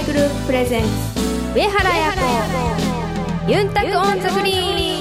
グループプレゼンツ上原彩子ユンタクオンザグリーン。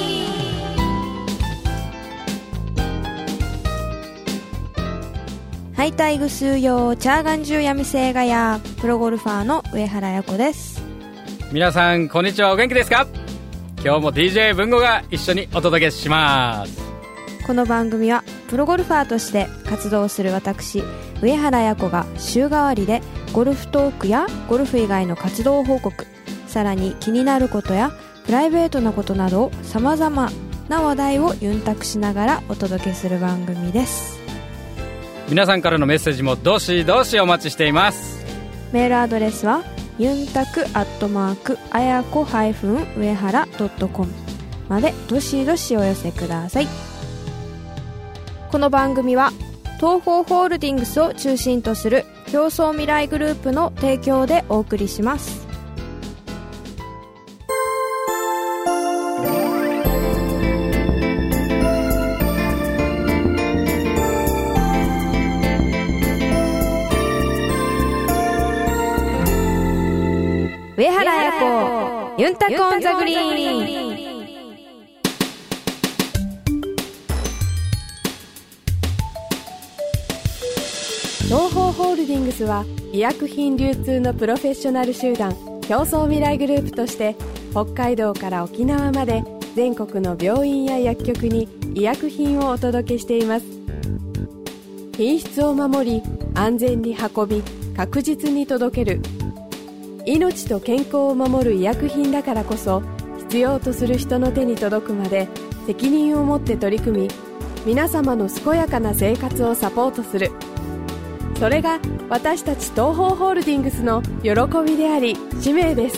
はい、タイグスーヨーチャーガンジューヤミセイガヤプロゴルファーの上原彩子です。 皆さんこんにちは、お元気ですか？今日も DJ 文吾が一緒にお届けします。 この番組はプロゴルファーとして活動する私上原彩子が週替わりでゴルフトークやゴルフ以外の活動報告、さらに気になることやプライベートなことなどさまざまな話題をユンタクしながらお届けする番組です。 皆さんからのメッセージもどしどしお待ちしています。 メールアドレスはユンタクあやこ上原.com までどしどしお寄せください。この番組は東方ホールディングスを中心とする競争未来グループの提供でお送りします。上原彩子ユンタクオンザグリーン。東方ホールディングスは医薬品流通のプロフェッショナル集団競争未来グループとして北海道から沖縄まで全国の病院や薬局に医薬品をお届けしています。品質を守り安全に運び確実に届ける、命と健康を守る医薬品だからこそ必要とする人の手に届くまで責任を持って取り組み、皆様の健やかな生活をサポートする、それが私たち東方ホールディングスの喜びであり使命です。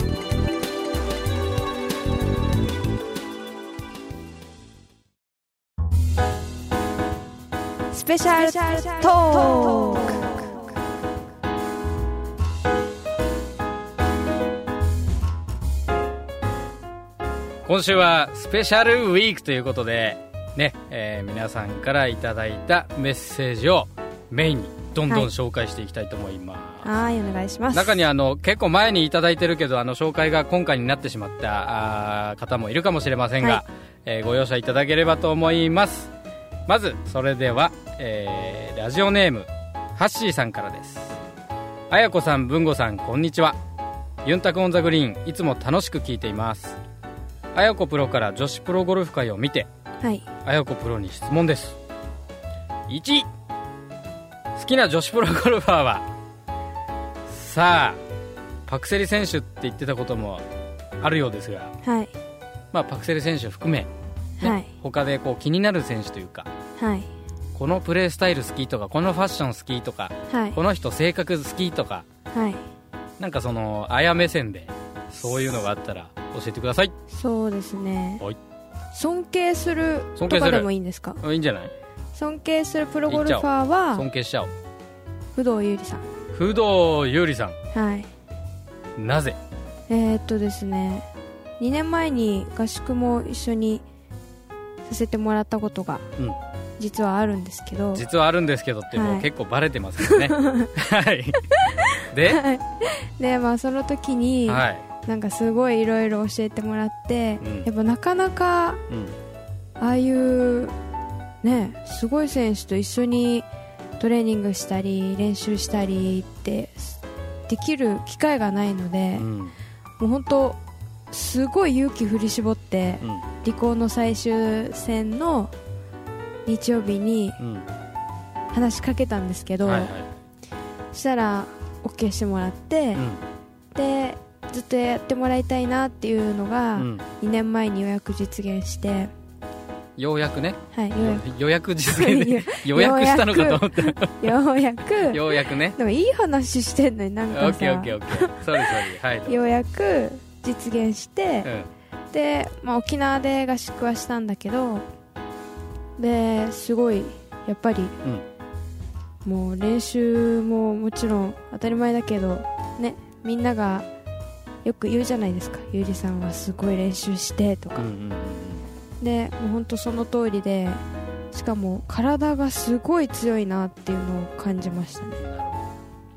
スペシャルトーク。 今週はスペシャルウィークということでね、皆さんからいただいたメッセージをメインにどんどん紹介していきたいと思います。 はい、お願いします。 中に結構前にいただいてるけど紹介が今回になってしまった方もいるかもしれませんが、はい、ご容赦いただければと思います。まずそれでは、ラジオネームハッシーさんからです。あやこさん、文吾さん、こんにちは。ユンタクオンザグリーンいつも楽しく聞いています。あやこプロから女子プロゴルフ界を見て、はい、あやこプロに質問です。1、好きな女子プロゴルファーは？さあ、パクセリ選手って言ってたこともあるようですが、はい、パクセリ選手含め、ね、はい、他で気になる選手というか、はい、このプレースタイル好きとか、このファッション好きとか、はい、この人性格好きとか、はい、なんかあや目線でそういうのがあったら教えてください。そうですね、はい、尊敬するとかでもいいんですか？いいんじゃない？尊敬するプロゴルファーは尊敬しちゃおう。不動優里さん。不動優里さん、はい。なぜ？ですね、2年前に合宿も一緒にさせてもらったことが実はあるんですけど、実はあるんですけどってもう結構バレてますよね。はいで、はい、でその時に、はい、なんかすごいいろいろ教えてもらって、やっぱなかなか、ああいうね、すごい選手と一緒にトレーニングしたり練習したりってできる機会がないので、もう本当すごい勇気振り絞って、リコーの最終戦の日曜日に話しかけたんですけど、はいはい、そしたら OK してもらって、でずっとやってもらいたいなっていうのが、2年前にようやく実現して、ようやくね、はい、予約実現で予約したのかと思ったようやくね、でもいい話してんのになんかさ、オッケーソリー、はい、ようやく実現して、で、沖縄で合宿はしたんだけど、ですごいやっぱり、もう練習ももちろん当たり前だけどね、みんながよく言うじゃないですか、ゆりさんはすごい練習してとか、でもう本当その通りで、しかも体がすごい強いなっていうのを感じましたね。だ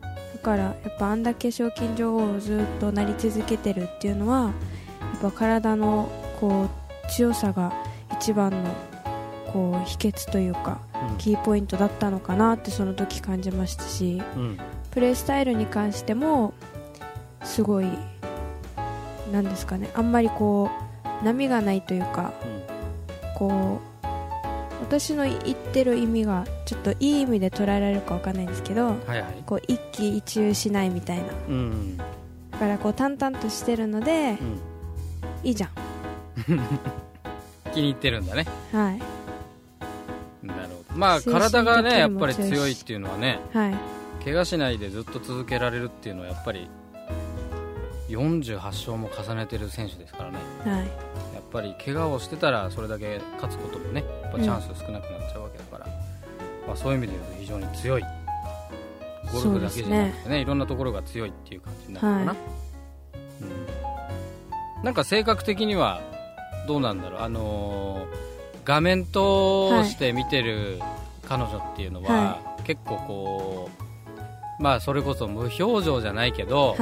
からやっぱあんだけ賞金女王をずっとなり続けてるっていうのはやっぱ体のこう強さが一番のこう秘訣というか、キーポイントだったのかなってその時感じましたし、プレースタイルに関してもすごいなんですかね、あんまりこう波がないというか、こう私の言ってる意味がちょっといい意味で捉えられるか分かんないんですけど、こう一喜一憂しないみたいな、だからこう淡々としてるので、いいじゃん気に入ってるんだね。 はい、 なるほど。まあ体がねやっぱり強いっていうのはね、怪我しないでずっと続けられるっていうのはやっぱり48勝も重ねてる選手ですからね、やっぱり怪我をしてたらそれだけ勝つこともねやっぱチャンス少なくなっちゃうわけだから、まあ、そういう意味で言うと非常に強い、ゴルフだけじゃなくてね、いろんなところが強いっていう感じになるのかな、なんか性格的にはどうなんだろう、画面通して見てる彼女っていうのは、結構こうまあそれこそ無表情じゃないけど、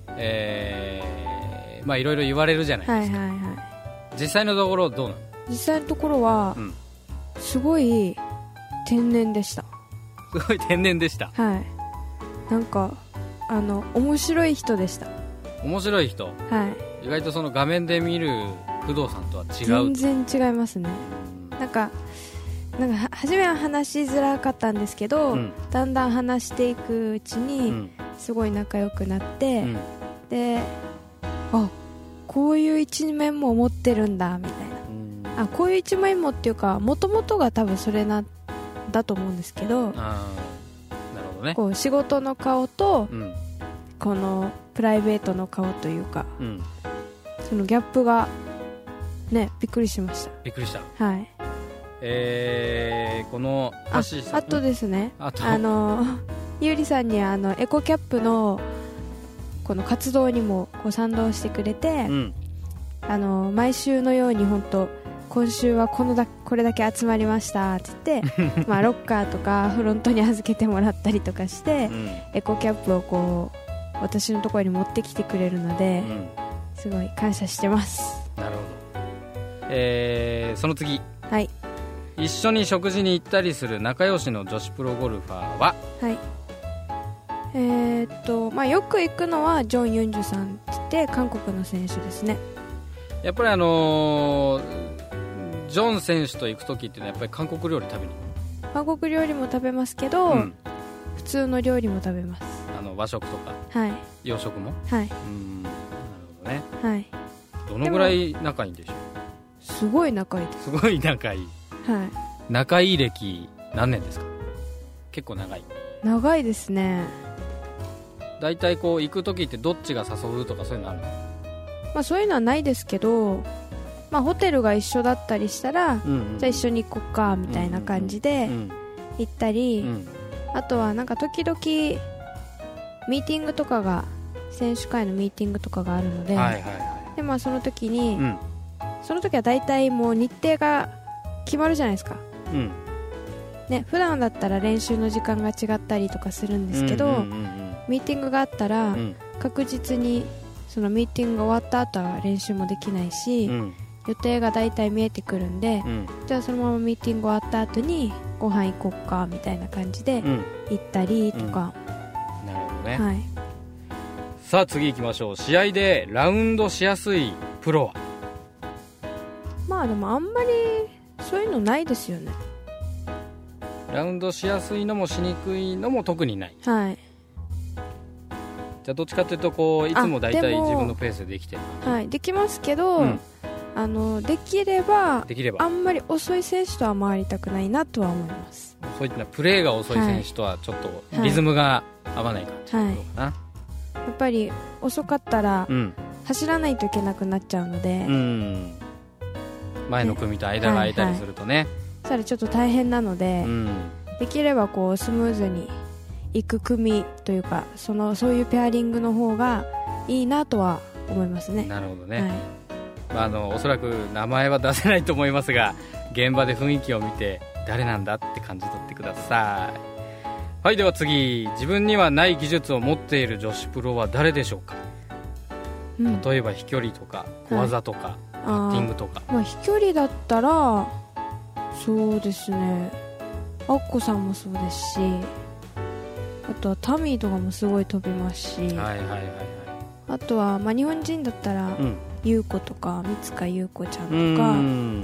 まあいろいろ言われるじゃないですか、実際のところどうなの？ 実際のところは、すごい天然でした。 すごい天然でした。 なんか面白い人でした。 面白い人、意外とその画面で見る工藤さんとは違う。 全然違いますね。なんか初めは話しづらかったんですけど、だんだん話していくうちに、すごい仲良くなって、で、あ、こういう一面も持ってるんだみたいな、こういう一面もっていうか元々が多分それだと思うんですけど、 なるほどね、 こう仕事の顔と、このプライベートの顔というか、そのギャップがね、びっくりしました。 びっくりした。このあとですね、ゆうりさんにエコキャップのこの活動にもこう賛同してくれて、毎週のように本当今週はこれだけ集まりましたって言ってまあロッカーとかフロントに預けてもらったりとかして、エコキャップをこう私のところに持ってきてくれるので、すごい感謝してます。 なるほど。その次、一緒に食事に行ったりする仲良しの女子プロゴルファーは？ まあ、よく行くのはジョン・ユンジュさんって韓国の選手ですね。 やっぱりジョン選手と行くときっていうのはやっぱり韓国料理食べに行く？ 韓国料理も食べますけど、普通の料理も食べます。 和食とか、洋食も？なるほどね。どのぐらい仲いいんでしょう？ すごい仲いいです。 すごい仲いい。仲いい歴何年ですか？結構長い？ 長いですね。 だいたいこう行く時ってどっちが誘うとかそういうのあるの？ まあ、そういうのはないですけど、まあ、ホテルが一緒だったりしたら、じゃあ一緒に行こっかみたいな感じで行ったり、あとはなんか時々ミーティングとかが、選手会のミーティングとかがあるので、でまあ、その時に、その時は大体もう日程が決まるじゃないですか、ね、普段だったら練習の時間が違ったりとかするんですけど、ミーティングがあったら、確実にそのミーティングが終わった後は練習もできないし、予定が大体見えてくるんで、じゃあそのままミーティング終わった後にご飯行こっかみたいな感じで行ったりとか、 なるほどね、さあ次行きましょう。試合でラウンドしやすいプロは？ まあでもあんまりそういうのないですよね。 ラウンドしやすいのもしにくいのも特にない。じゃあどっちかというとこういつも大体自分のペースでできてる？ できますけど、できればあんまり遅い選手とは回りたくないなとは思います。 そういったプレーが遅い選手とはちょっとリズムが合わない感じなのかな。やっぱり遅かったら走らないといけなくなっちゃうので、 前の組と間が空いたりするとね、 それちょっと大変なので、できればこうスムーズに行く組というか、そういうペアリングの方がいいなとは思いますね。 なるほどね、おそらく名前は出せないと思いますが、現場で雰囲気を見て誰なんだって感じ取ってください。 はい、では次、自分にはない技術を持っている女子プロは誰でしょうか。例えば飛距離とか小技とか、パッティングとか。 飛距離だったらそうですね、アッコさんもそうですし、あとはタミーとかもすごい飛びますし、あとは、日本人だったら、優子とか三塚優子ちゃんとか、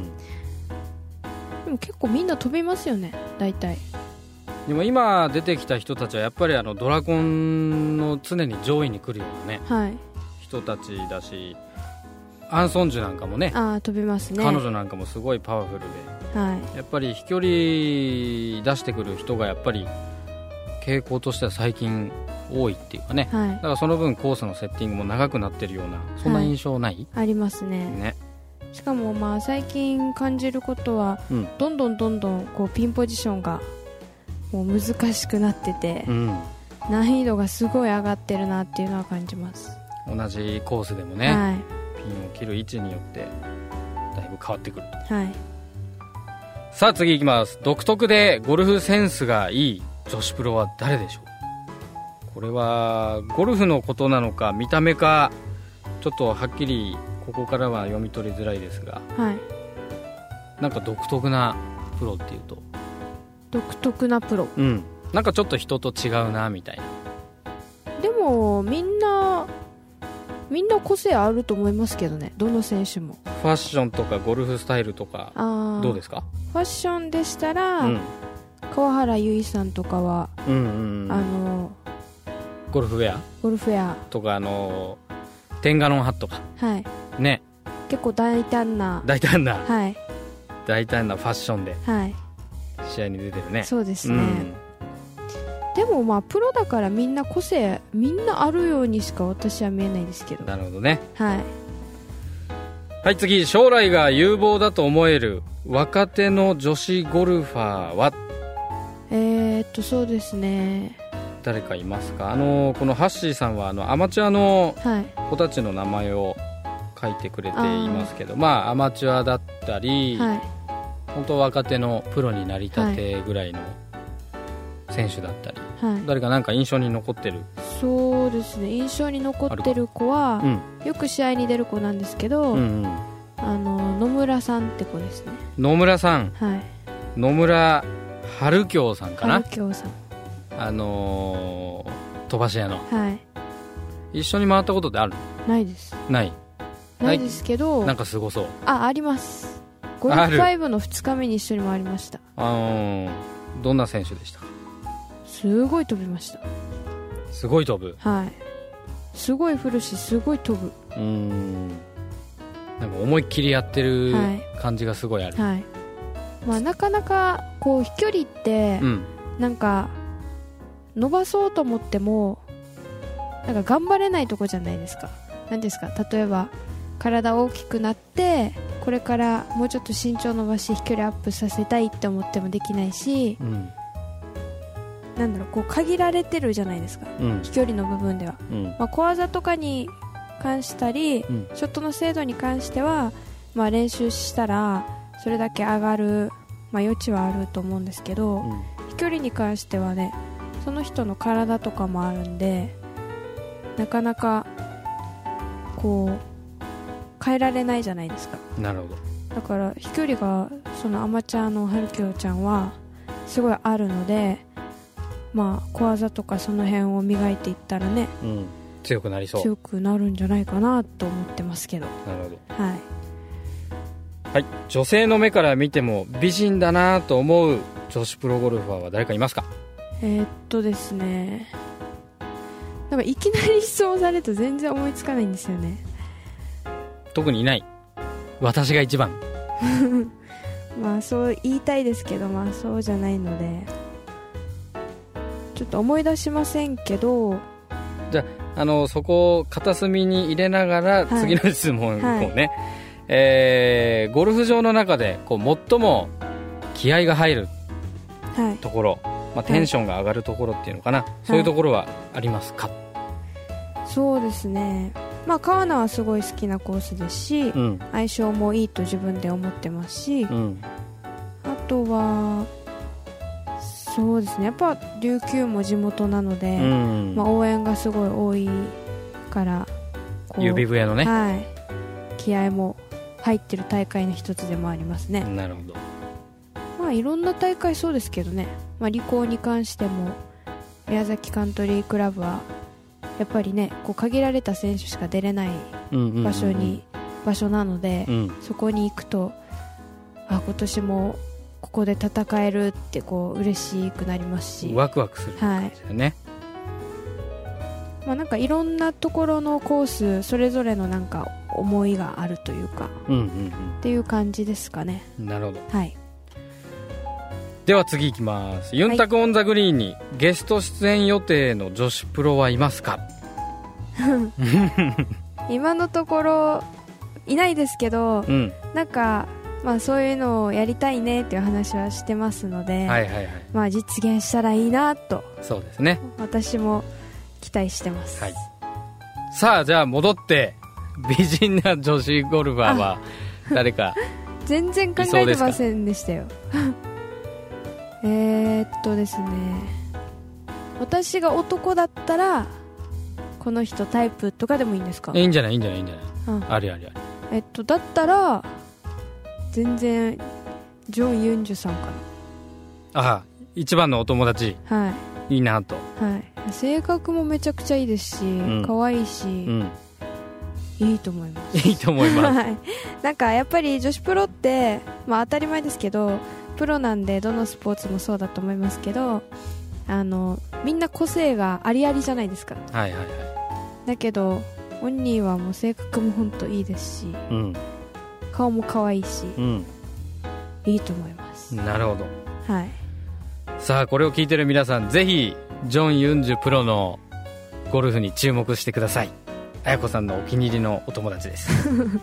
でも結構みんな飛びますよね、大体。 でも今出てきた人たちはやっぱりドラゴンの常に上位に来るようなね、人たちだし、アン・ソンジュなんかもね、 飛びますね。 彼女なんかもすごいパワフルで、やっぱり飛距離出してくる人がやっぱり傾向としては最近多いっていうかね、だからその分コースのセッティングも長くなってるような、そんな印象ない？ ありますね。しかも最近感じることは、どんどんこうピンポジションがもう難しくなってて、難易度がすごい上がってるなっていうのは感じます。 同じコースでもね、ピンを切る位置によってだいぶ変わってくると。さあ次いきます。独特でゴルフセンスがいい女子プロは誰でしょう。これはゴルフのことなのか見た目か、ちょっとはっきりここからは読み取りづらいですが、なんか独特なプロっていうと、 独特なプロ、 なんかちょっと人と違うなみたいな。 でもみんな個性あると思いますけどね、どの選手も。 ファッションとかゴルフスタイルとかどうですか。 ファッションでしたら、川原由依さんとかは、 ゴルフウェアとかテンガロンハットか、ね、 結構大胆なファッションで試合に出てるね。 そうですね、でもプロだからみんな個性みんなあるようにしか私は見えないですけど。 なるほどね。はい、次、将来が有望だと思える若手の女子ゴルファーは。 そうですね、 誰かいますか。このハッシーさんはアマチュアの子たちの名前を書いてくれていますけど、アマチュアだったり、本当若手のプロになりたてぐらいの選手だったり、誰かなんか印象に残ってる。 そうですね、印象に残ってる子は、よく試合に出る子なんですけど、野村さんって子ですね。 野村さん、野村春京さんかな。 春京さん、 飛ばし屋の、一緒に回ったことってある？ ないです。 ないですけど、 なんかすごそう。 あります。ゴルフ5の2日目に一緒に回りました。 どんな選手でしたか？ すごい飛びました。 すごい飛ぶ。 すごい振るし、すごい飛ぶ。 なんか思いっきりやってる感じがすごいある。 なかなかこう飛距離って、なんか伸ばそうと思ってもなんか頑張れないとこじゃないですか。何ですか、例えば体大きくなってこれからもうちょっと身長伸ばし飛距離アップさせたいって思ってもできないし、こう限られてるじゃないですか、飛距離の部分では。小技とかに関したり、ショットの精度に関しては、練習したらそれだけ上がる、余地はあると思うんですけど、飛距離に関してはね、その人の体とかもあるんで、なかなかこう変えられないじゃないですか。 なるほど。 だから飛距離がそのアマチュアの春京ちゃんはすごいあるので、小技とかその辺を磨いていったらね、 強くなりそう。 強くなるんじゃないかなと思ってますけど。 なるほど。はい、女性の目から見ても美人だなと思う女子プロゴルファーは誰かいますか？ ですね、なんかいきなり質問されると全然思いつかないんですよね。 特にいない。私が一番。 そう言いたいですけど、そうじゃないのでちょっと思い出しませんけど。 じゃあ、そこを片隅に入れながら次の質問をね、ゴルフ場の中でこう最も気合が入るところ、テンションが上がるところっていうのかな、そういうところはありますか？ そうですね、川奈はすごい好きなコースですし、相性もいいと自分で思ってますし、あとはそうですね、やっぱ琉球も地元なので、応援がすごい多いから指笛のね、 はい、気合も入ってる大会の一つでもありますね。 なるほど。 いろんな大会そうですけどね、理工に関しても宮崎カントリークラブはやっぱりね、限られた選手しか出れない場所なので、そこに行くと今年もここで戦えるって嬉しくなりますし、 ワクワクする感じだよね。 なんかいろんなところのコースそれぞれのなんか思いがあるというか、っていう感じですかね。 なるほど、 はい、 では次いきます。ユンタクオンザグリーンにゲスト出演予定の女子プロはいますか？ 今のところいないですけど、なんかそういうのをやりたいねっていう話はしてますので、実現したらいいなと。 そうですね、 私も期待してます、 さあじゃあ戻って、美人な女子ゴルファーは誰か全然考えてませんでしたよ。ですね、私が男だったらこの人タイプとかでもいいんですか？ いいんじゃない、ありあり。 だったら全然ジョン・ユンジュさんかな。一番のお友達、いいなと。 性格もめちゃくちゃいいですし、可愛いし、いいと思います。 いいと思います。 なんかやっぱり女子プロって、当たり前ですけど、プロなんでどのスポーツもそうだと思いますけど、みんな個性がありありじゃないですか。だけどオンニーはもう性格も本当いいですし、顔も可愛いし、いいと思います。 なるほど。さあこれを聞いてる皆さん、ぜひジョン・ユンジュプロのゴルフに注目してください。彩子さんのお気に入りのお友達です。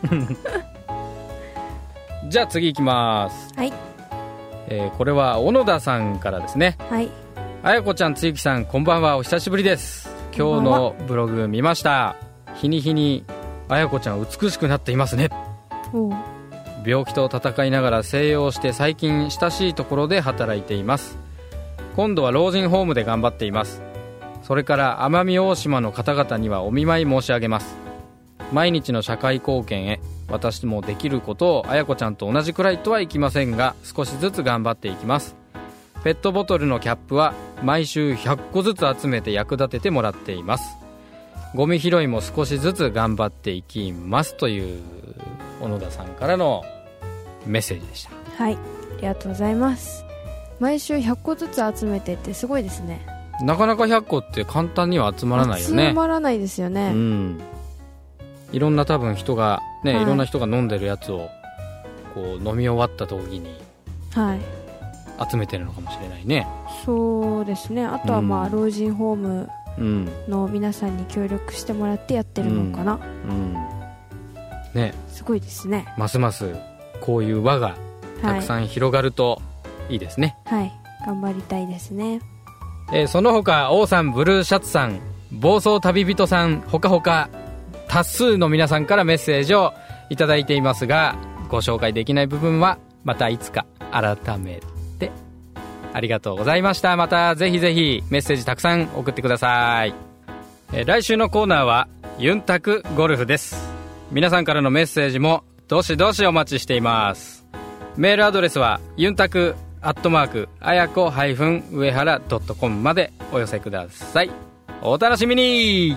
じゃあ次いきます。これは小野田さんからですね。彩子ちゃん、つゆきさん、こんばんは。お久しぶりです。今日のブログ見ました。日に日に彩子ちゃん美しくなっていますね。病気と闘いながら静養して、最近親しいところで働いています。今度は老人ホームで頑張っています。それから奄美大島の方々にはお見舞い申し上げます。毎日の社会貢献へ、私もできることを彩子ちゃんと同じくらいとはいきませんが、少しずつ頑張っていきます。ペットボトルのキャップは毎週100個ずつ集めて役立ててもらっています。ゴミ拾いも少しずつ頑張っていきます、という小野田さんからのメッセージでした。 ありがとうございます。毎週100個ずつ集めてってすごいですね。 なかなか100個って簡単には集まらないよね。 集まらないですよね。 いろんな多分人がね、いろんな人が飲んでるやつを飲み終わった時に集めてるのかもしれないね。 そうですね。あとは老人ホームの皆さんに協力してもらってやってるのかな。すごいですね。 ますますこういう輪がたくさん広がるといいですね。 頑張りたいですね。 その他、王さん、ブルーシャツさん、暴走旅人さん、ほかほか多数の皆さんからメッセージをいただいていますが、ご紹介できない部分はまたいつか改めて。ありがとうございました。またぜひぜひメッセージたくさん送ってください。来週のコーナーはユンタクゴルフです。皆さんからのメッセージもどしどしお待ちしています。メールアドレスはユンタク@あやこ上原.com までお寄せください。お楽しみに。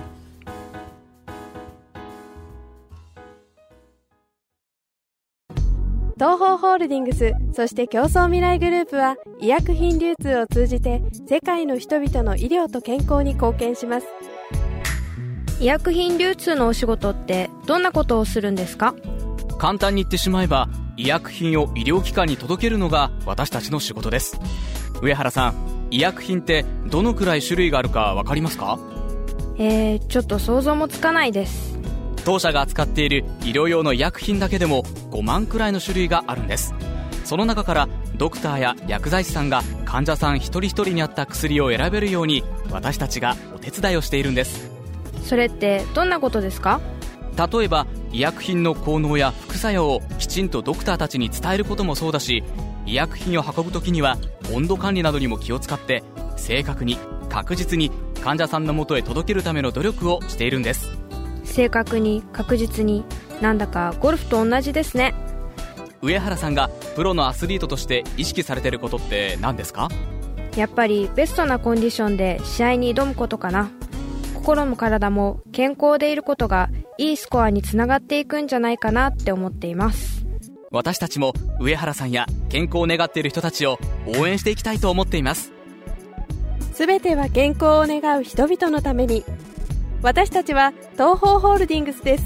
東方ホールディングス、そして競争未来グループは医薬品流通を通じて世界の人々の医療と健康に貢献します。 医薬品流通のお仕事ってどんなことをするんですか？ 簡単に言ってしまえば、医薬品を医療機関に届けるのが私たちの仕事です。上原さん、医薬品ってどのくらい種類があるか分かりますか？ ちょっと想像もつかないです。 当社が扱っている医療用の医薬品だけでも5万くらいの種類があるんです。その中からドクターや薬剤師さんが患者さん一人一人に合った薬を選べるように、私たちがお手伝いをしているんです。 それってどんなことですか？ 例えば医薬品の効能や副作用をきちんとドクターたちに伝えることもそうだし、 医薬品を運ぶときには温度管理などにも気を使って正確に確実に患者さんの元へ届けるための努力をしているんです。 正確に確実に、なんだかゴルフと同じですね。 上原さんがプロのアスリートとして意識されていることって何ですか？ やっぱりベストなコンディションで試合に挑むことかな。心も体も健康でいることがいいスコアにつながっていくんじゃないかなって思っています。 私たちも上原さんや健康を願っている人たちを応援していきたいと思っています。 すべては健康を願う人々のために。私たちは東邦ホールディングスです。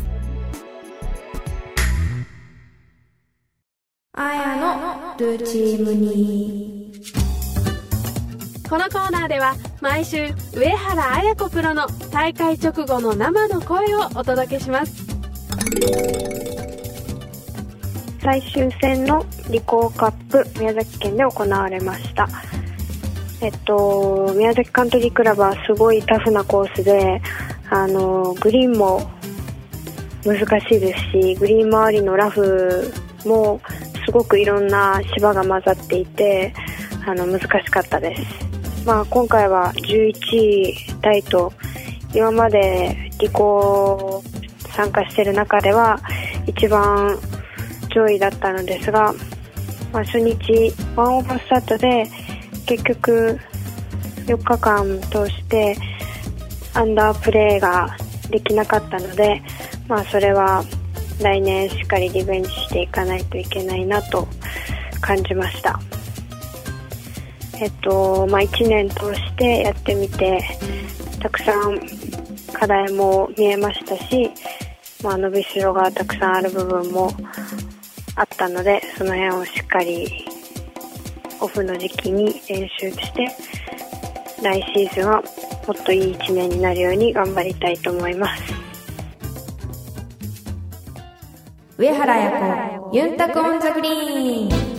あやのルチームに。 このコーナーでは毎週上原綾子プロの大会直後の生の声をお届けします。 最終戦のリコーカップ宮崎県で行われました。宮崎カントリークラブはすごいタフなコースで、グリーンも難しいですし、グリーン周りのラフもすごくいろんな芝が混ざっていて難しかったです。今回は11位タイと、今までリコ参加している中では一番上位だったのですが、初日1オーバースタートで結局4日間通してアンダープレーができなかったので、それは来年しっかりリベンジしていかないといけないなと感じました。1年通してやってみてたくさん課題も見えましたし、伸びしろがたくさんある部分もあったので、その辺をしっかりオフの時期に練習して来シーズンはもっといい1年になるように頑張りたいと思います。 上原綾子ユンタクオンザグリーン。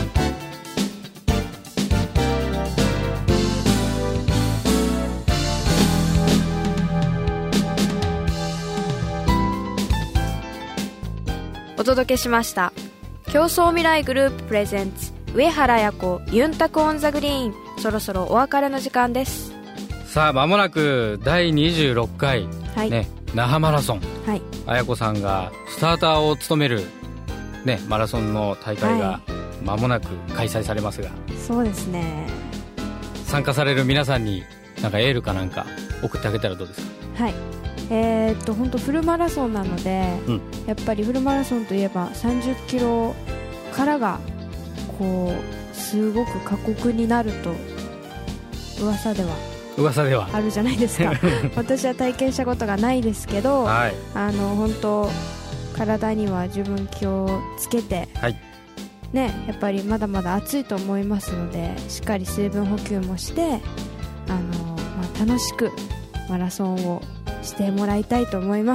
お届けしました競争未来グループプレゼンツ上原綾子ユンタクオンザグリーン。そろそろお別れの時間です。 さあ間もなく第26回、那覇マラソン、綾子さんがスターターを務める、マラソンの大会が間もなく開催されますが、 そうですね、 参加される皆さんになんかエールかなんか送ってあげたらどうですか？ 本当フルマラソンなので、やっぱりフルマラソンといえば30キロからがすごく過酷になると噂ではあるじゃないですか私は体験したことがないですけど、本当体には十分気をつけて、やっぱりまだまだ暑いと思いますので、しっかり水分補給もして楽しくマラソンをしてもらいたいと思います。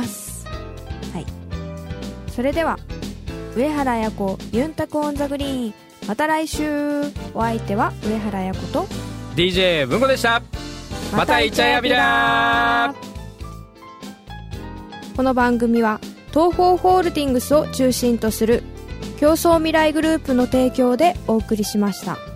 それでは上原綾子ユンタクオンザグリーン、また来週。お相手は上原綾子と DJ 文子でした。またイチャヤビラー。 この番組は東邦ホールディングスを中心とする競争未来グループの提供でお送りしました。